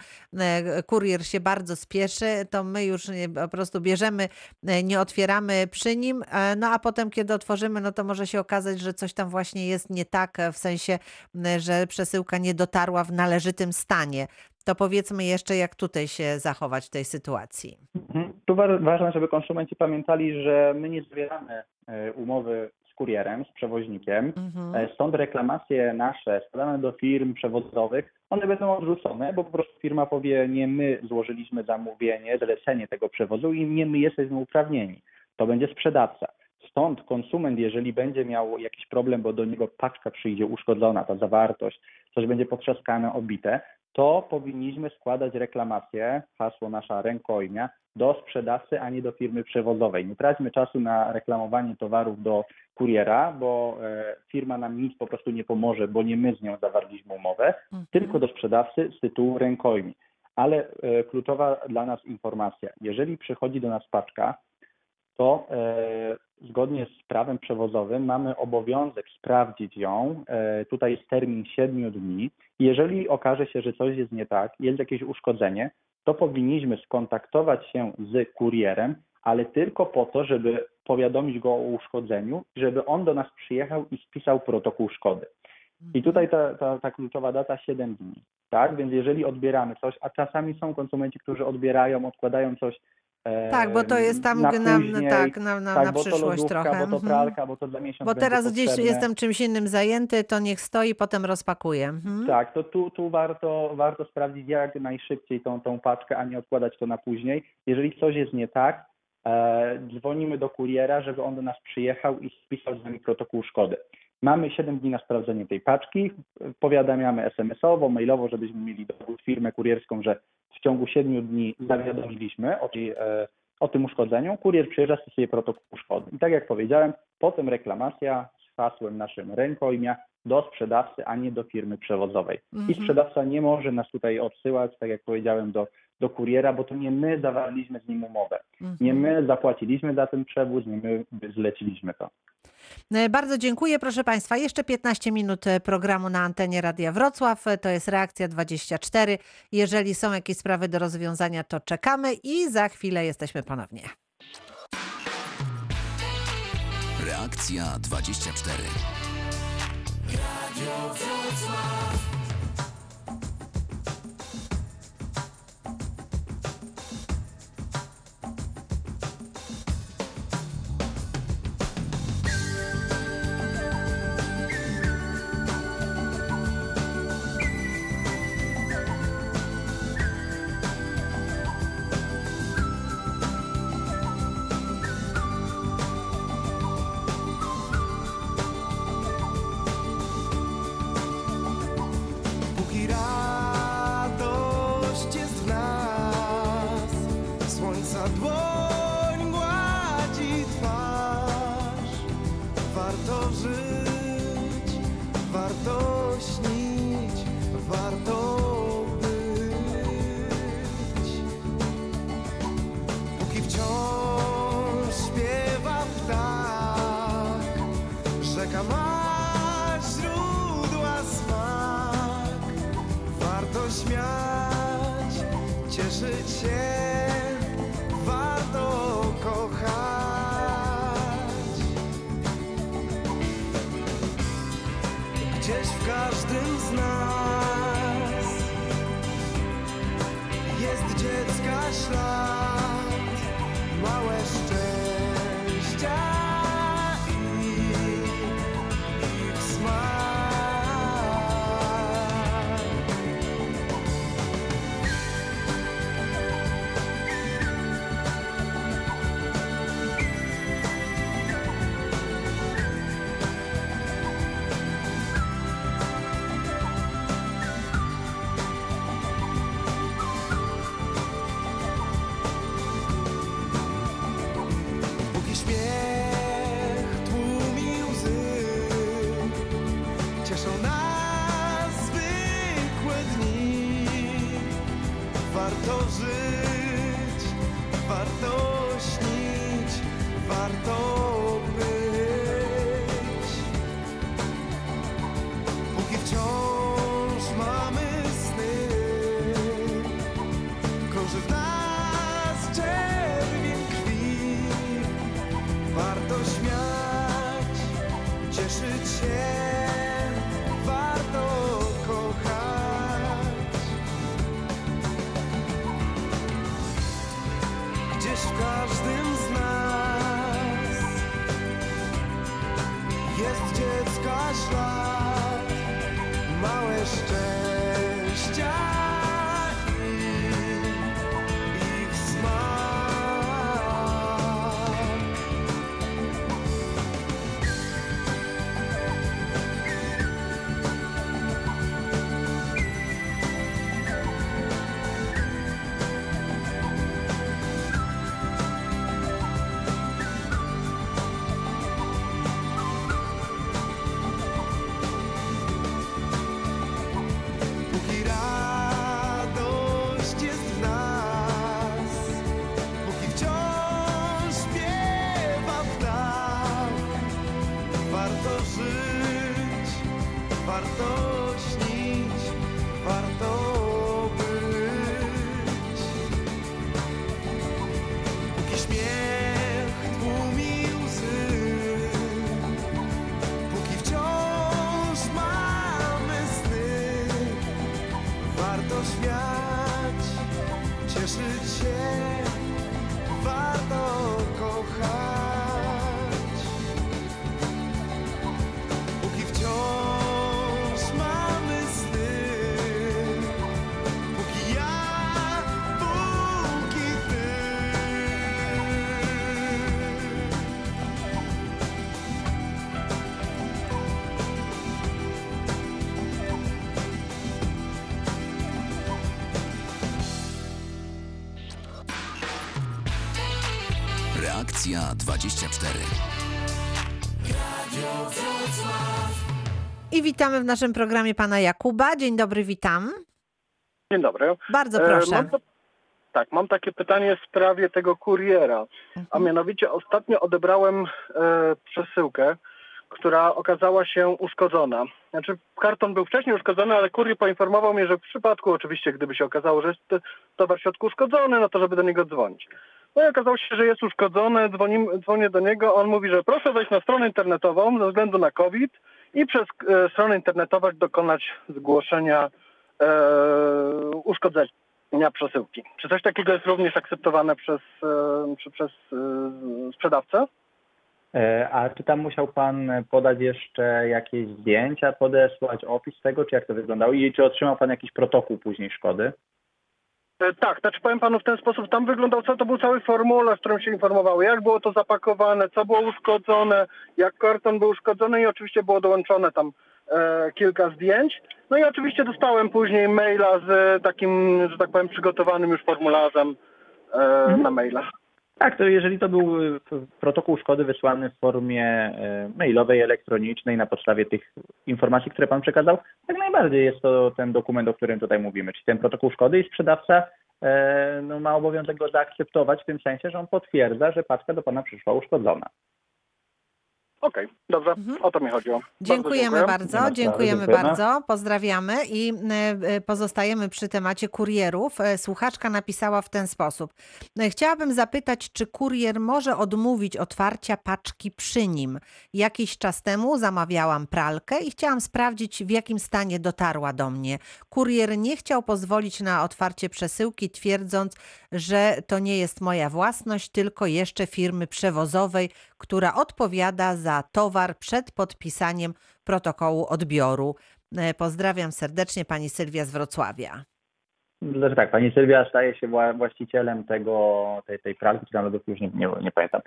Kurier się bardzo spieszy, to my już po prostu bierzemy, nie otwieramy przy nim, no a potem kiedy otworzymy, no to może się okazać, że coś tam właśnie jest nie tak, w sensie, że przesyłka nie dotarła w należytym stanie. To powiedzmy jeszcze, jak tutaj się zachować w tej sytuacji. Tu ważne, żeby konsumenci pamiętali, że my nie zawieramy umowy z kurierem, z przewoźnikiem. Stąd reklamacje nasze składane do firm przewozowych, one będą odrzucone, bo po prostu firma powie, nie my złożyliśmy zamówienie, zlecenie tego przewozu i nie my jesteśmy uprawnieni. To będzie sprzedawca. Stąd konsument, jeżeli będzie miał jakiś problem, bo do niego paczka przyjdzie uszkodzona, ta zawartość, coś będzie potrzaskane, obite, to powinniśmy składać reklamację, hasło nasza rękojmia, do sprzedawcy, a nie do firmy przewozowej. Nie traćmy czasu na reklamowanie towarów do kuriera, bo firma nam nic po prostu nie pomoże, bo nie my z nią zawarliśmy umowę, tylko do sprzedawcy z tytułu rękojmi. Ale kluczowa dla nas informacja, jeżeli przychodzi do nas paczka, to zgodnie z prawem przewozowym mamy obowiązek sprawdzić ją. Tutaj jest termin 7 dni. Jeżeli okaże się, że coś jest nie tak, jest jakieś uszkodzenie, to powinniśmy skontaktować się z kurierem, ale tylko po to, żeby powiadomić go o uszkodzeniu, żeby on do nas przyjechał i spisał protokół szkody. I tutaj ta kluczowa data 7 dni. Tak? Więc jeżeli odbieramy coś, a czasami są konsumenci, którzy odbierają, odkładają coś tak, bo to jest tam na bo przyszłość to lodówka, trochę. Bo to pralka, bo to za miesiąc bo teraz będzie gdzieś potrzebne. jestem czymś innym zajęty, to niech stoi, potem rozpakuję. Tak, to tu warto sprawdzić jak najszybciej tą paczkę, a nie odkładać to na później. Jeżeli coś jest nie tak, dzwonimy do kuriera, żeby on do nas przyjechał i spisał z nami protokół szkody. Mamy 7 dni na sprawdzenie tej paczki, powiadamiamy SMS-owo, mailowo, żebyśmy mieli dowód, firmę kurierską, że w ciągu 7 dni zawiadomiliśmy o tym uszkodzeniu. Kurier przyjeżdża, stosuje protokół szkody. I tak jak powiedziałem, potem reklamacja z hasłem naszym rękojmia do sprzedawcy, a nie do firmy przewozowej. I sprzedawca nie może nas tutaj odsyłać, tak jak powiedziałem, do kuriera, bo to nie my zawarliśmy z nim umowę. Nie my zapłaciliśmy za ten przewóz, nie my zleciliśmy to. Bardzo dziękuję, proszę Państwa. Jeszcze 15 minut programu na antenie Radia Wrocław. To jest Reakcja 24. Jeżeli są jakieś sprawy do rozwiązania, to czekamy i za chwilę jesteśmy ponownie. Reakcja 24. Radio Wrocław. Póki wciąż Reakcja 24. I witamy w naszym programie pana Jakuba. Dzień dobry, witam. Dzień dobry. Bardzo proszę. Mam takie pytanie w sprawie tego kuriera. A mianowicie ostatnio odebrałem przesyłkę, która okazała się uszkodzona. Znaczy karton był wcześniej uszkodzony, ale kurier poinformował mnie, że w przypadku oczywiście, gdyby się okazało, że jest towar w środku uszkodzony, no to żeby do niego dzwonić. No i okazało się, że jest uszkodzony, dzwonię do niego, on mówi, że proszę wejść na stronę internetową ze względu na COVID i przez stronę internetową dokonać zgłoszenia uszkodzenia przesyłki. Czy coś takiego jest również akceptowane przez sprzedawcę? A czy tam musiał pan podać jeszcze jakieś zdjęcia, podesłać opis tego, czy jak to wyglądało i czy otrzymał pan jakiś protokół później szkody? Tak, znaczy powiem panu w ten sposób, tam wyglądał, to był cały formularz, w którym się informowało, jak było to zapakowane, co było uszkodzone, jak karton był uszkodzony i oczywiście było dołączone tam kilka zdjęć. No i oczywiście dostałem później maila z takim, że tak powiem, przygotowanym już formularzem na maila. Tak, to jeżeli to był protokół szkody wysłany w formie mailowej, elektronicznej na podstawie tych informacji, które pan przekazał, jak najbardziej jest to ten dokument, o którym tutaj mówimy, czyli ten protokół szkody i sprzedawca ma obowiązek go zaakceptować w tym sensie, że on potwierdza, że paczka do pana przyszła uszkodzona. Okej, dobrze, o to mi chodziło. Dziękujemy bardzo, pozdrawiamy i pozostajemy przy temacie kurierów. Słuchaczka napisała w ten sposób. Chciałabym zapytać, czy kurier może odmówić otwarcia paczki przy nim. Jakiś czas temu zamawiałam pralkę i chciałam sprawdzić, w jakim stanie dotarła do mnie. Kurier nie chciał pozwolić na otwarcie przesyłki, twierdząc, że to nie jest moja własność, tylko jeszcze firmy przewozowej, która odpowiada za towar przed podpisaniem protokołu odbioru. Pozdrawiam serdecznie, pani Sylwia z Wrocławia. Znaczy tak, pani Sylwia staje się właścicielem tej pralki, czy tam lodówki, już nie pamiętam.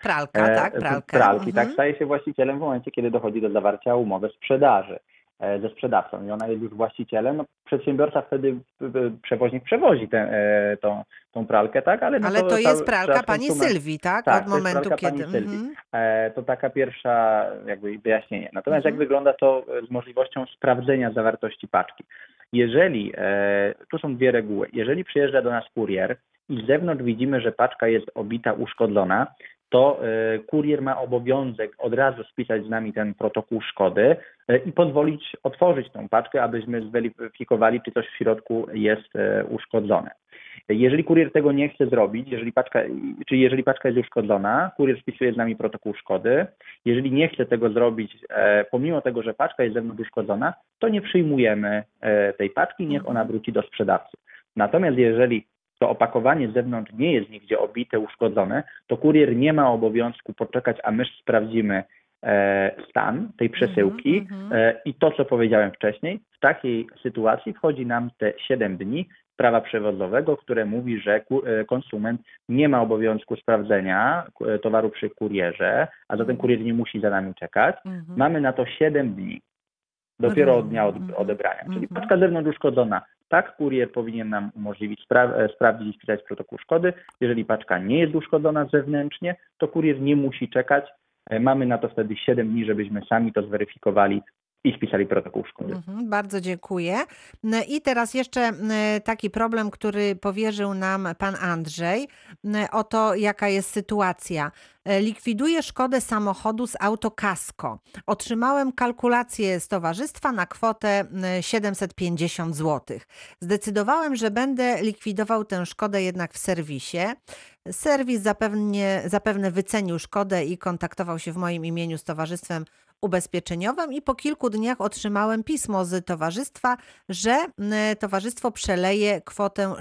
Pralki, tak, staje się właścicielem w momencie, kiedy dochodzi do zawarcia umowy sprzedaży ze sprzedawcą i ona jest już właścicielem. No, przedsiębiorca wtedy, przewoźnik przewozi tą pralkę, tak? Ale to jest pralka pani Sylwii, tak? Od momentu, kiedy... To taka pierwsza jakby wyjaśnienie. Natomiast jak wygląda to z możliwością sprawdzenia zawartości paczki? Jeżeli, tu są dwie reguły, jeżeli przyjeżdża do nas kurier i z zewnątrz widzimy, że paczka jest obita, uszkodzona, to kurier ma obowiązek od razu spisać z nami ten protokół szkody i pozwolić otworzyć tą paczkę, abyśmy zweryfikowali, czy coś w środku jest uszkodzone. Jeżeli kurier tego nie chce zrobić, jeżeli paczka jest uszkodzona, kurier spisuje z nami protokół szkody. Jeżeli nie chce tego zrobić, pomimo tego, że paczka jest z zewnątrz uszkodzona, to nie przyjmujemy tej paczki, niech ona wróci do sprzedawcy. Natomiast jeżeli to opakowanie z zewnątrz nie jest nigdzie obite, uszkodzone, to kurier nie ma obowiązku poczekać, a my sprawdzimy stan tej przesyłki i to, co powiedziałem wcześniej, w takiej sytuacji wchodzi nam te 7 dni prawa przewozowego, które mówi, że konsument nie ma obowiązku sprawdzenia towaru przy kurierze, a zatem kurier nie musi za nami czekać. Mamy na to 7 dni, dopiero od dnia odebrania. Czyli paczka z zewnątrz uszkodzona. Tak, kurier powinien nam umożliwić sprawdzić i spisać protokół szkody. Jeżeli paczka nie jest uszkodzona zewnętrznie, to kurier nie musi czekać. Mamy na to wtedy 7 dni, żebyśmy sami to zweryfikowali i spisali protokół szkody. Bardzo dziękuję. I teraz jeszcze taki problem, który powierzył nam pan Andrzej. Oto jaka jest sytuacja. Likwiduję szkodę samochodu z Autokasko. Otrzymałem kalkulację z towarzystwa na kwotę 750 zł. Zdecydowałem, że będę likwidował tę szkodę jednak w serwisie. Serwis zapewne wycenił szkodę i kontaktował się w moim imieniu z towarzystwem ubezpieczeniowym i po kilku dniach otrzymałem pismo z towarzystwa, że towarzystwo przeleje kwotę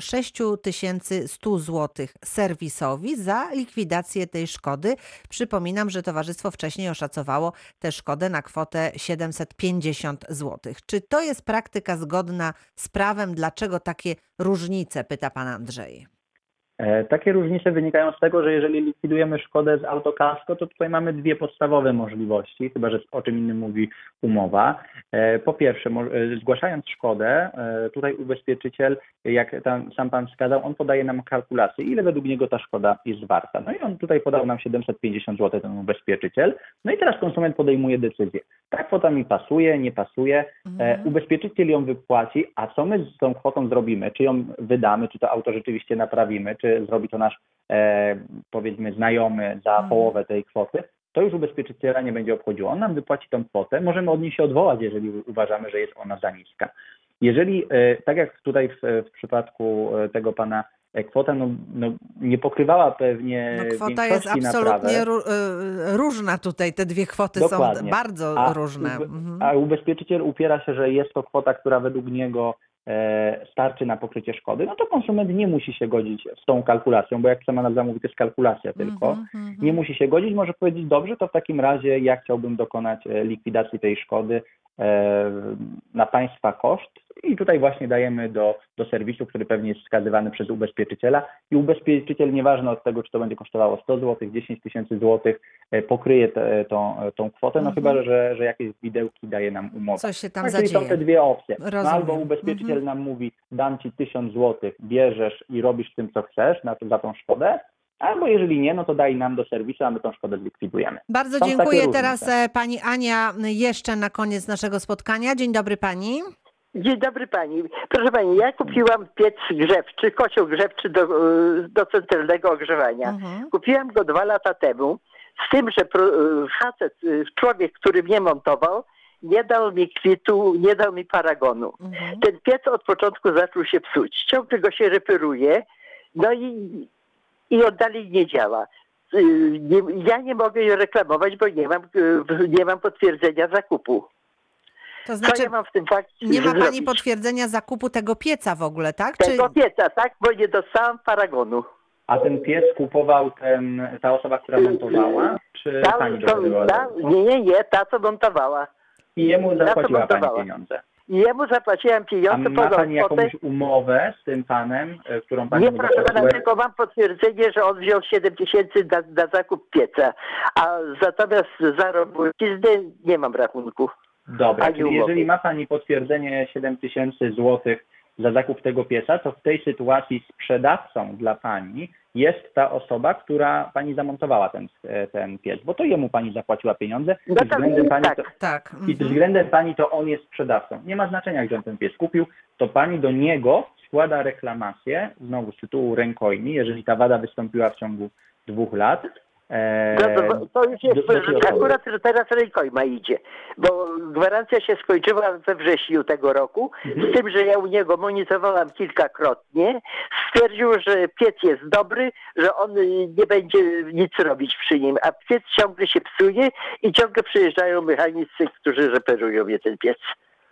6100 zł serwisowi za likwidację tej szkody. Przypominam, że towarzystwo wcześniej oszacowało tę szkodę na kwotę 750 zł. Czy to jest praktyka zgodna z prawem? Dlaczego takie różnice? Pyta pan Andrzej. Takie różnice wynikają z tego, że jeżeli likwidujemy szkodę z autokasko, to tutaj mamy dwie podstawowe możliwości, chyba że o czym innym mówi umowa. Po pierwsze, zgłaszając szkodę, tutaj ubezpieczyciel, jak tam sam pan wskazał, on podaje nam kalkulację, ile według niego ta szkoda jest warta. No i on tutaj podał nam 750 zł, ten ubezpieczyciel. No i teraz konsument podejmuje decyzję. Ta kwota mi pasuje, nie pasuje. Ubezpieczyciel ją wypłaci, a co my z tą kwotą zrobimy? Czy ją wydamy, czy to auto rzeczywiście naprawimy, czy zrobi to nasz, powiedzmy, znajomy za połowę tej kwoty, to już ubezpieczyciela nie będzie obchodziło. On nam wypłaci tą kwotę, możemy od niej się odwołać, jeżeli uważamy, że jest ona za niska. Jeżeli, tak jak tutaj w przypadku tego pana, kwota nie pokrywała pewnie kwota jest absolutnie różna tutaj, te dwie kwoty Dokładnie. Są bardzo różne. A ubezpieczyciel upiera się, że jest to kwota, która według niego starczy na pokrycie szkody, no to konsument nie musi się godzić z tą kalkulacją, bo jak sama nazwa mówi, to jest kalkulacja tylko. Nie musi się godzić, może powiedzieć, dobrze, to w takim razie ja chciałbym dokonać likwidacji tej szkody na państwa koszt i tutaj właśnie dajemy do serwisu, który pewnie jest wskazywany przez ubezpieczyciela i ubezpieczyciel, nieważne od tego, czy to będzie kosztowało 100 zł, 10 tysięcy złotych, pokryje tą kwotę, no chyba, że jakieś widełki daje nam umowę. Coś się tam zadzieje. Czyli są te dwie opcje. No, albo ubezpieczyciel nam mówi, dam ci 1000 złotych, bierzesz i robisz z tym, co chcesz za tą szkodę, albo jeżeli nie, no to daj nam do serwisu, a my tą szkodę zlikwidujemy. Bardzo dziękuję. Teraz pani Ania jeszcze na koniec naszego spotkania. Dzień dobry pani. Dzień dobry pani. Proszę pani, ja kupiłam piec grzewczy, kocioł grzewczy do centralnego ogrzewania. Kupiłam go 2 lata temu, z tym, że człowiek, który mnie montował, nie dał mi kwitu, nie dał mi paragonu. Ten piec od początku zaczął się psuć. Ciągle go się reperuje, no i on dalej nie działa. Ja nie mogę jej reklamować, bo nie mam potwierdzenia zakupu. To znaczy, co ja mam w tym fakcie nie ma pani zrobić? Potwierdzenia zakupu tego pieca w ogóle, tak? Tego pieca, tak, bo nie dostałam paragonu. A ten piec kupował ta osoba, która montowała, czy pani dokonywała? Nie, ta co montowała. I jemu zapłaciła pani pieniądze? I jemu zapłaciłam pieniądze. A ma pani jakąś umowę z tym panem, którą pani Nie, proszę pana, tylko mam potwierdzenie, że on wziął 7 tysięcy na zakup pieca, a natomiast za robocizny nie mam rachunku. Dobra, czyli jeżeli ma pani potwierdzenie 7 tysięcy złotych za zakup tego pieca, to w tej sytuacji sprzedawcą dla pani jest ta osoba, która pani zamontowała ten piec, bo to jemu pani zapłaciła pieniądze i względem pani i względem pani to on jest sprzedawcą. Nie ma znaczenia, gdzie on ten piec kupił, to pani do niego składa reklamację, znowu z tytułu rękojmi, jeżeli ta wada wystąpiła w ciągu 2 lat. To już jest, akurat teraz rękojma idzie, bo gwarancja się skończyła we wrześniu tego roku, z tym, że ja u niego monitorowałam kilkakrotnie, stwierdził, że piec jest dobry, że on nie będzie nic robić przy nim, a piec ciągle się psuje i ciągle przyjeżdżają mechanicy, którzy reperują mnie ten piec.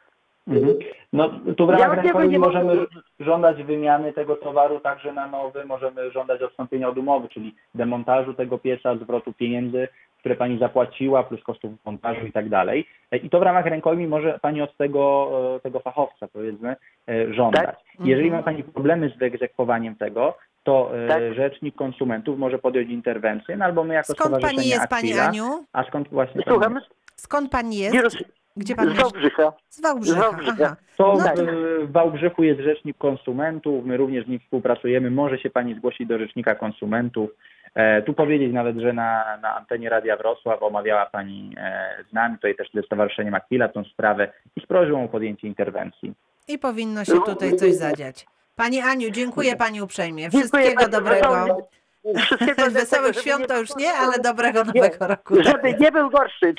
No tu w ramach rękojmi możemy żądać wymiany tego towaru także na nowy, możemy żądać odstąpienia od umowy, czyli demontażu tego pieca, zwrotu pieniędzy, które pani zapłaciła, plus kosztów montażu i tak dalej. I to w ramach rękojmi może pani od tego fachowca, powiedzmy, żądać. Tak? Jeżeli ma pani problemy z wyegzekwowaniem tego, to rzecznik konsumentów może podjąć interwencję, no albo my jako stowarzyszenie Skąd pani jest, Aquila, pani Aniu? A skąd właśnie Słucham? pani jest? Skąd pani jest? Gdzie pan z Wałbrzycha. Z Wałbrzycha. W Wałbrzychu jest rzecznik konsumentów, my również z nim współpracujemy, może się pani zgłosić do rzecznika konsumentów. Tu powiedzieć nawet, że na antenie Radia Wrocław omawiała pani z nami, tutaj też ze Stowarzyszeniem Aquila tą sprawę i z prośbą o podjęcie interwencji. I powinno się tutaj coś zadziać. Pani Aniu, dziękuję pani uprzejmie. Wszystkiego dobrego. Wesołych świąt to już nie, ale dobrego nowego roku. Żeby nie był gorszy,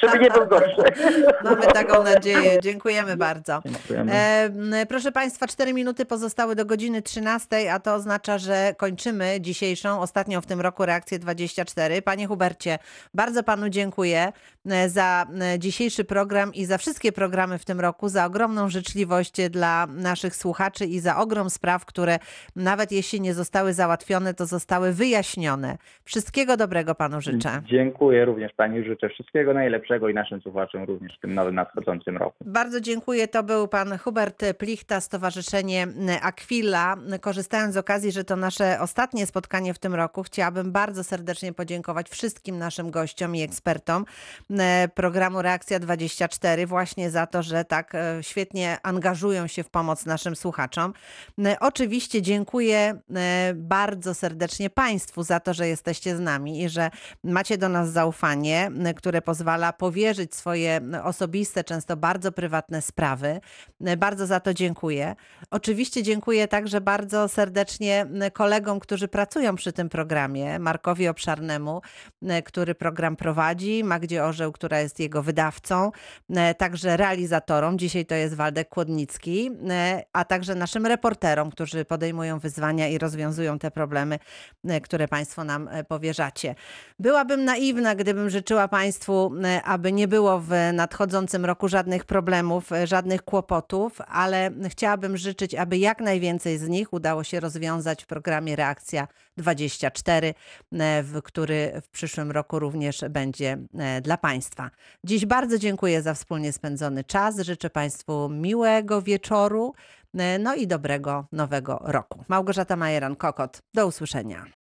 Mamy taką nadzieję. Dziękujemy bardzo. Proszę państwa, 4 minuty pozostały do godziny 13, a to oznacza, że kończymy dzisiejszą, ostatnią w tym roku reakcję 24. Panie Hubercie, bardzo panu dziękuję. za dzisiejszy program i za wszystkie programy w tym roku, za ogromną życzliwość dla naszych słuchaczy i za ogrom spraw, które nawet jeśli nie zostały załatwione, to zostały wyjaśnione. Wszystkiego dobrego panu życzę. Dziękuję również pani, życzę wszystkiego najlepszego i naszym słuchaczom również w tym nowym nadchodzącym roku. Bardzo dziękuję. To był pan Hubert Plichta, Stowarzyszenie Aquila. Korzystając z okazji, że to nasze ostatnie spotkanie w tym roku, chciałabym bardzo serdecznie podziękować wszystkim naszym gościom i ekspertom programu Reakcja 24 właśnie za to, że tak świetnie angażują się w pomoc naszym słuchaczom. Oczywiście dziękuję bardzo serdecznie państwu za to, że jesteście z nami i że macie do nas zaufanie, które pozwala powierzyć swoje osobiste, często bardzo prywatne sprawy. Bardzo za to dziękuję. Oczywiście dziękuję także bardzo serdecznie kolegom, którzy pracują przy tym programie. Markowi Obszarnemu, który program prowadzi, Magdzie Orzeł, która jest jego wydawcą, także realizatorom. Dzisiaj to jest Waldek Kłodnicki, a także naszym reporterom, którzy podejmują wyzwania i rozwiązują te problemy, które państwo nam powierzacie. Byłabym naiwna, gdybym życzyła państwu, aby nie było w nadchodzącym roku żadnych problemów, żadnych kłopotów, ale chciałabym życzyć, aby jak najwięcej z nich udało się rozwiązać w programie Reakcja 24, który w przyszłym roku również będzie dla państwa. Dziś bardzo dziękuję za wspólnie spędzony czas. Życzę państwu miłego wieczoru, no i dobrego nowego roku. Małgorzata Majeran-Kokot. Do usłyszenia.